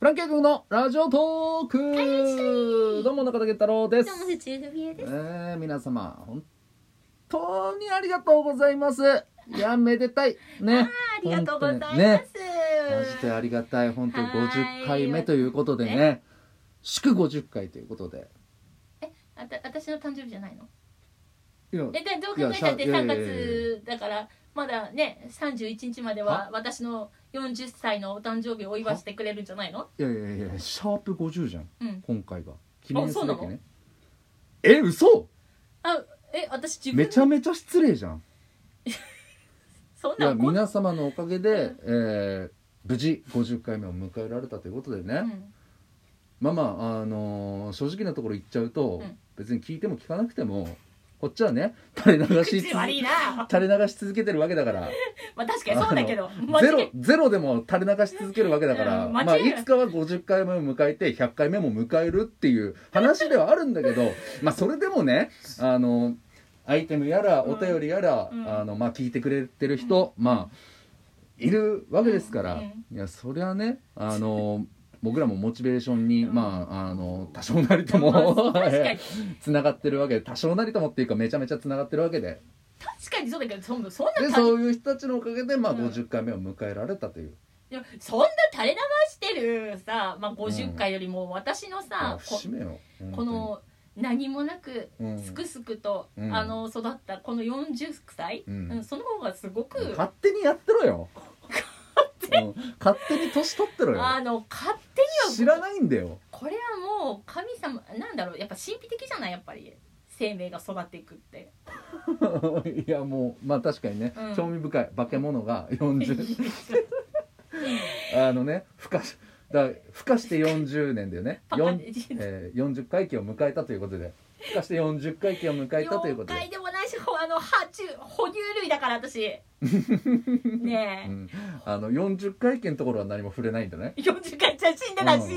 フランケン君のラジオトーク、どうも中田健太郎です。 どうも藤井フミヤです。 皆様本当にありがとうございます。いやめでたいね。 ありがとうございます。 ね、マジでありがたい。本当50回目ということでね、祝50回ということで。 私の誕生日じゃないの？ いやどう考えたって3月だからまだね31日までは私の40歳のお誕生日をお祝いしてくれるんじゃないの？ いやシャープ50じゃん、今回が記念すべきね。嘘？ 私自分めちゃめちゃ失礼じゃん。 そんな皆様のおかげで、無事50回目を迎えられたということでね、正直なところ言っちゃうと、別に聞いても聞かなくてもこっちはね垂れ流し続けてるわけだからまあ確かにそうだけどゼロでも垂れ流し続けるわけだから、いつかは50回目を迎えて100回目も迎えるっていう話ではあるんだけどそれでもねアイテムやらお便りやら、聞いてくれてる人、いるわけですから、いやそりゃね僕らもモチベーションに、多少なりともつながってるわけで、多少なりともっていうかめちゃめちゃつながってるわけで、 確かにそうだけどそんなそういう人たちのおかげで、50回目を迎えられたという。 いやそんな垂れ流してるさ、50回よりも私のさ、この何もなくすくすくと、育ったこの40歳、その方がすごく勝手にやってろよ。勝手に年取ってろよ。 勝手には知らないんだよ。 これはもう神様なんだろう、やっぱ神秘的じゃない、やっぱり生命が育っていくっていやもう確かにね、興味深い化け物が40孵化して40年だよね。40回忌を迎えたということで、孵化して40回忌を迎えたということで、 4回でもないし哺乳類だから私ねえ、 40回忌のところは何も触れないんだね。 40回じゃ死んでない、40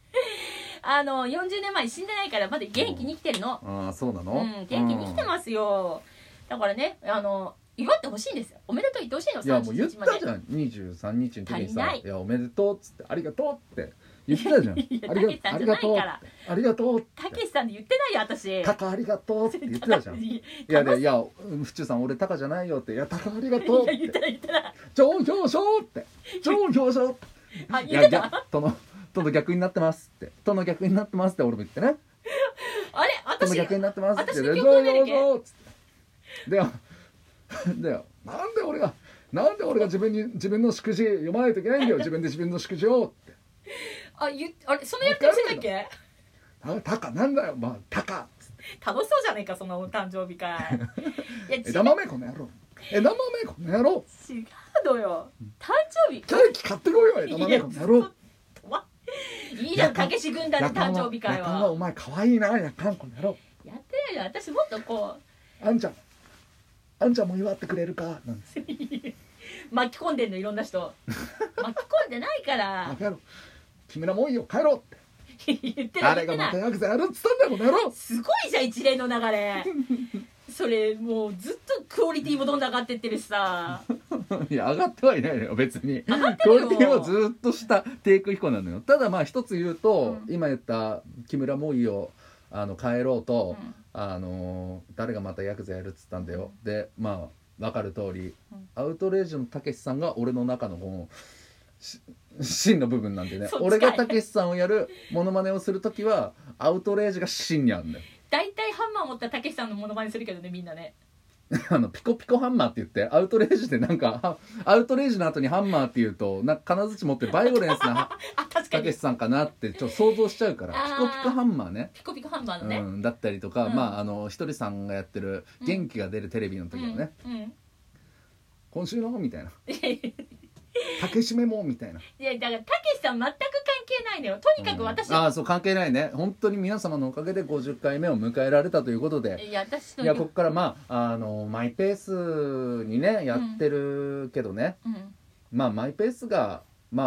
年前に死んでないからまだ元気に生きてるの。 そうなの？ 元気に生きてますよ。だからね祝ってほしいんですよ。おめでとう言ってほしいの。 いやもう言ったじゃん、23日の時にさ、いやおめでとうっつってありがとうって言ってたじゃん。ありがとうありがとうたけしさんで言ってないよ私。 タカありがとうって言ってたじゃん。いや府中さん俺タカじゃないよって、いやタカありがとうって言ってない。超表彰って超表彰って言ってた。 との逆になってますって、との逆になってますって俺も言ってね。 あれとの逆になってますって私の曲をねでなんで俺が自分の祝辞読まないといけないんだよ。自分で自分の祝辞をって。 あれそのやり方してたっけ？ タカなんだよタカ楽しそうじゃねえかそのお誕生日会。 枝豆この野郎、枝豆この野郎。 違うのよ、誕生日ケーキ買ってこいよ枝豆この野郎。 いいじゃんたけし軍団の誕生日会は。 お前可愛いなやかんこの野郎。 やってないよ私、もっとこうあんちゃんも祝ってくれるかなんです巻き込んでんの、いろんな人巻き込んでないから君らもういいよ帰ろうって言ってない。 誰がまたヤクザやるっつったんだよこの野郎。 すごいじゃん一連の流れそれもうずっとクオリティもどんどん上がってってるしさいや上がってはいないのよ別に。 上がってるよ。 クオリティはずっとした低空飛行なのよ。ただ一つ言うと、今言った木村もういいよ帰ろうと、誰がまたヤクザやるっつったんだよ、で分かる通り、アウトレイジのたけしさんが俺の中のこの芯の部分なんでね。俺がたけしさんをやるモノマネをするときはアウトレイジが芯にあるんだよ。 大体ハンマー持ったたけしさんのモノマネするけどねみんなねピコピコハンマーって言ってアウトレイジでアウトレイジの後にハンマーって言うと金槌持ってバイオレンスなたけしさんかなってちょっと想像しちゃうから、ピコピコハンマーね、 ピコピコハンマーのね、 だったりとか、ひとりさんがやってる元気が出るテレビの時のね、今週のみたいな竹締めもみたいな。いやだからたけしさん全く関係ないのよ。とにかく私、 そう関係ないね。本当に皆様のおかげで50回目を迎えられたということで、いやここからマイペースにねやってるけどね、マイペースが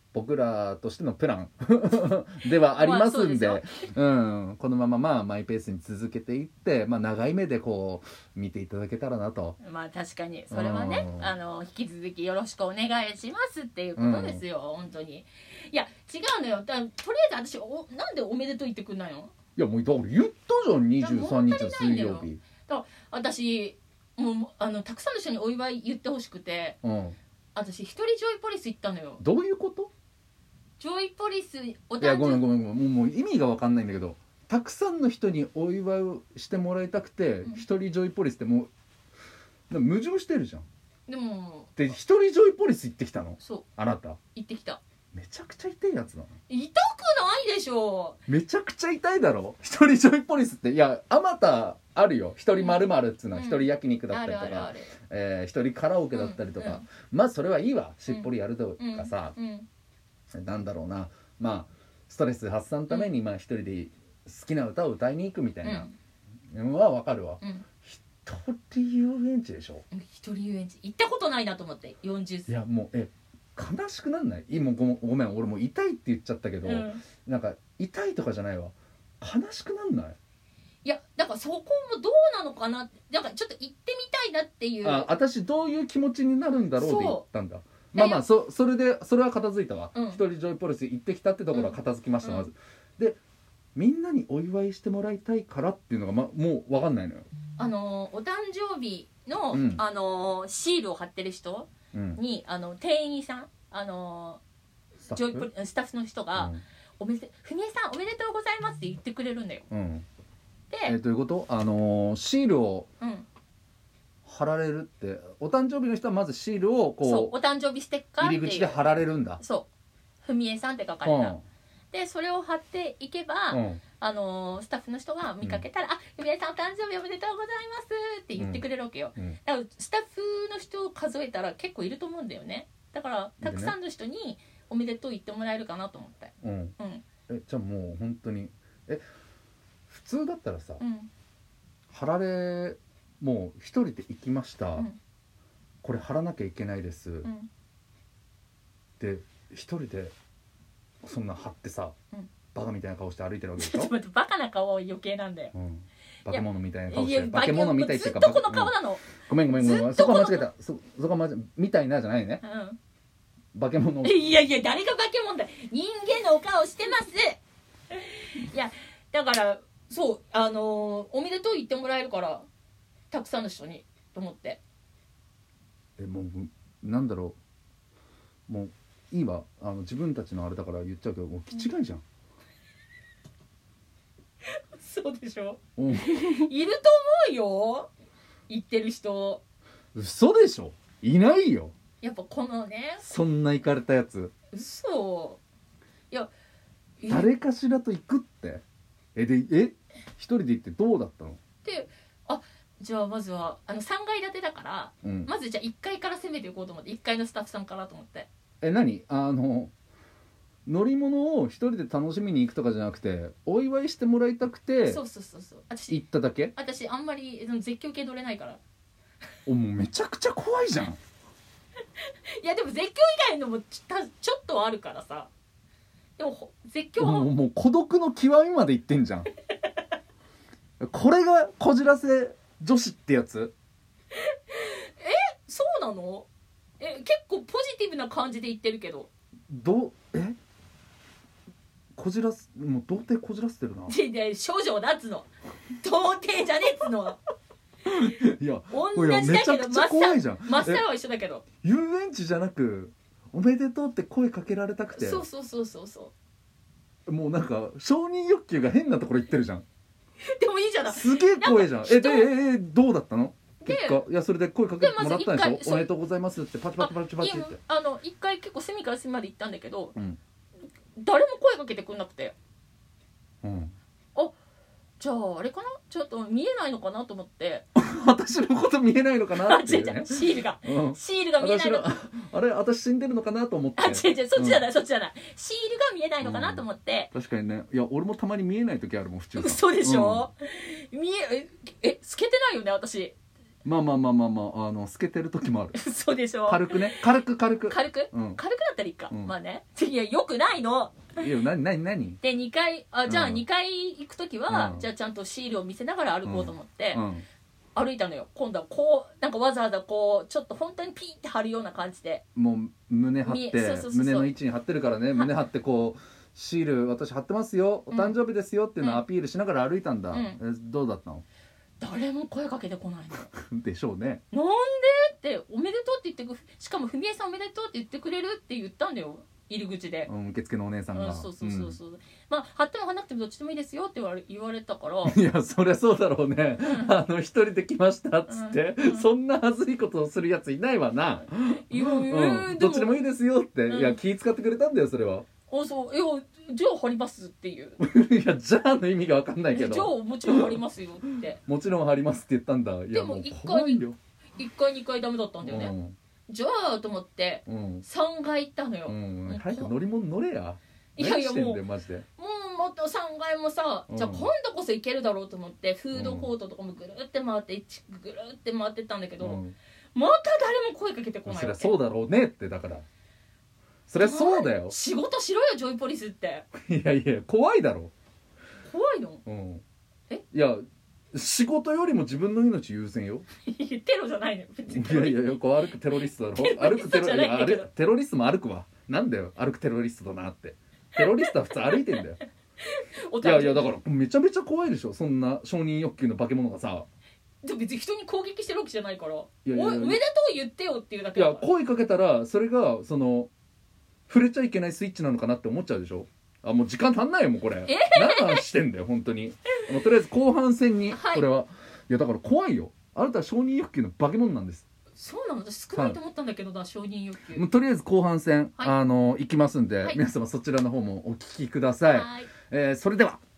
僕らとしてのプランではありますんで、このままマイペースに続けていって、長い目でこう見ていただけたらなと。 確かにそれはね、引き続きよろしくお願いしますっていうことですよ、本当に。いや違うのよ、とりあえず私なんでおめでとう言ってくんないの。 いやもうだから言ったじゃん、23日の水曜日。 だから私もうたくさんの人にお祝い言ってほしくて、私一人ジョイポリス行ったのよ。 どういうこと？ ジョイポリスお誕生日。いやごめんもう意味が分かんないんだけど、たくさんの人にお祝いをしてもらいたくて、一人ジョイポリスってもう矛盾してるじゃん。 でも一人ジョイポリス行ってきたの？そう。あなた行ってきた。 めちゃくちゃ痛いやつなの。 痛くないでしょ。 めちゃくちゃ痛いだろ一人ジョイポリスって。いやあまたあるよ、一人〇〇っつうのは、一人焼肉だったりとか、一人カラオケだったりとか、それはいいわ、しっぽりやるとかさ、なんだろうな、ストレス発散のために一人で好きな歌を歌いに行くみたいなのは分かるわ。一人遊園地でしょ。 一人遊園地行ったことないなと思って。40歳。 いやもう悲しくなんない？今ごめん俺もう痛いって言っちゃったけど、なんか痛いとかじゃないわ、悲しくなんない？ いやだからそこもどうなのかなって、なんかちょっと行ってみたいなっていう。 私どういう気持ちになるんだろうって言ったんだ。それは片付いたわ。一人ジョイポリス行ってきたってところは片付きました、まず。でみんなにお祝いしてもらいたいからっていうのがもう分かんないのよ。 お誕生日の、シールを貼ってる人に、店員さんスタッフの人が「ふみえさんおめでとうございます」って言ってくれるんだよ。 でどういうこと？シールを貼られるって、お誕生日の人はまずシールをそうお誕生日ステッカーっていう入り口で貼られるんだ。 そうふみえさんって書かれた。でそれを貼っていけば、スタッフの人が見かけたら「あふみえさんお誕生日おめでとうございます」って言ってくれるわけよ。だからスタッフの人を数えたら結構いると思うんだよね。だからたくさんの人におめでとう言ってもらえるかなと思って。 じゃあもう本当に普通だったらさ、貼られもう一人で行きました、これ貼らなきゃいけないです、で一人でそんな貼ってさ、バカみたいな顔して歩いてるわけでしょ。 ちょっと待って、バカな顔は余計なんだよ。 化け物みたいな顔してる。化け物みたいっていうか、 ずっとこの顔なの。 ごめんそこは間違えた。そこはみたいなじゃないね。化け物。 いや誰が化け物だ。人間のお顔してます。いやだからそうおめでとう言ってもらえるからたくさんの人にと思って。 もうなんだろう、もういいわ、自分たちのあれだから言っちゃうけど、もう気違いじゃん。 そうでしょ。いると思うよ言ってる人。 嘘でしょ。いないよ。 やっぱこのね、 そんなイカれたやつ。 嘘。いや誰かしらと行くって。一人で行ってどうだったの？ でじゃあまずは3階建てだから、まずじゃあ1階から攻めていこうと思って、1階のスタッフさんからと思って。 何乗り物を一人で楽しみに行くとかじゃなくて、お祝いしてもらいたくて私行っただけ？ 私あんまり絶叫系乗れないから。 もうめちゃくちゃ怖いじゃん。いやでも絶叫以外のもちょっとはあるからさ。でも絶叫はもう孤独の極みまで行ってんじゃん。これがこじらせ女子ってやつ？ そうなの？結構ポジティブな感じで言ってるけど。 こじらす、もう童貞こじらせてるな。 少女だっつの。童貞じゃねえっつの。 いや同じだけどめちゃくちゃ怖いじゃん。 マスターは一緒だけど。 遊園地じゃなくおめでとうって声かけられたくて。 そうもうなんか承認欲求が変なところ行ってるじゃん。 でもいいじゃない。 すげえ怖いじゃん。どうだったの？結果いやそれで声かけてもらったんでしょ。おめでとうございますってパチパチって一回結構隅から隅まで行ったんだけど、誰も声かけてくんなくて、じゃああれかな、ちょっと見えないのかなと思って。 私のこと見えないのかなっていうね。 シールが見えないの。 あれ私死んでるのかなと思って。 そっちじゃない、シールが見えないのかなと思って。 確かにね。いや俺もたまに見えない時あるもん。普通そうでしょ。透けてないよね私。 まあ透けてる時もある。 そうでしょ。 軽くね、軽く、 軽くだったらいいか、まあね。いや、よくないの。 いや、何で、 2回じゃあ2回行く時は、じゃあちゃんとシールを見せながら歩こうと思って、歩いたのよ。今度はこうなんかわざわざこうちょっと本当にピーって貼るような感じで、 もう胸張って、胸の位置に貼ってるからね、胸張ってこうシール私貼ってますよ、お誕生日ですよっていうのをアピールしながら歩いたんだ。どうだったの？ 誰も声かけてこないのでしょうね。 なんでっておめでとうって言ってしかもふみえさんおめでとうって言ってくれるって言ったんだよ、入り口で。 受付のお姉さんが。 そう、まあ貼っても貼らなくてもどっちでもいいですよって言われたから。 いや、そりゃそうだろうね。一人で来ましたっつって、そんなはずいことをするやついないわな。どっちでもいいですよって。いや、気使ってくれたんだよ、それは。 そう、いや、じゃあ貼りますっていう。 いや、じゃあの意味が分かんないけど。 じゃあもちろん貼りますよって。 もちろん貼りますって言ったんだ。いや、もう怖いよ。 1回2回ダメだったんだよね。じゃあと思って3回行ったのよ。 早く乗り物乗れや。 いやもうもうもっと3回もさ、じゃあ今度こそ行けるだろうと思ってフードコートとかもぐるって回ってぐるって回ってったんだけど、また誰も声かけてこないわけ。 そりゃそうだろうねって。だからそりゃそうだよ。 仕事しろよジョイポリスって。 いやいや、怖いだろ。 怖いの？ いや、仕事よりも自分の命優先よ。 テロじゃないのよ別に。 いやこう歩くテロリストだろ。歩くテロリストも歩くわ。なんだよ歩くテロリストだなって。テロリストは普通歩いてんだよ。いやだからめちゃめちゃ怖いでしょ、そんな承認欲求の化け物がさ。 でも別に人に攻撃してるわけじゃないから、おめでとう言ってよっていうだけだから。いや、声かけたらそれがその触れちゃいけないスイッチなのかなって思っちゃうでしょ。もう時間足んないよもうこれ。何してんだよ本当に。とりあえず後半戦にこれは、いやだから怖いよ。あなたは承認欲求の化け物なんです。 そうなの？私少ないと思ったんだけどな、承認欲求。 とりあえず後半戦行きますんで、皆様そちらの方もお聞きください。それでは。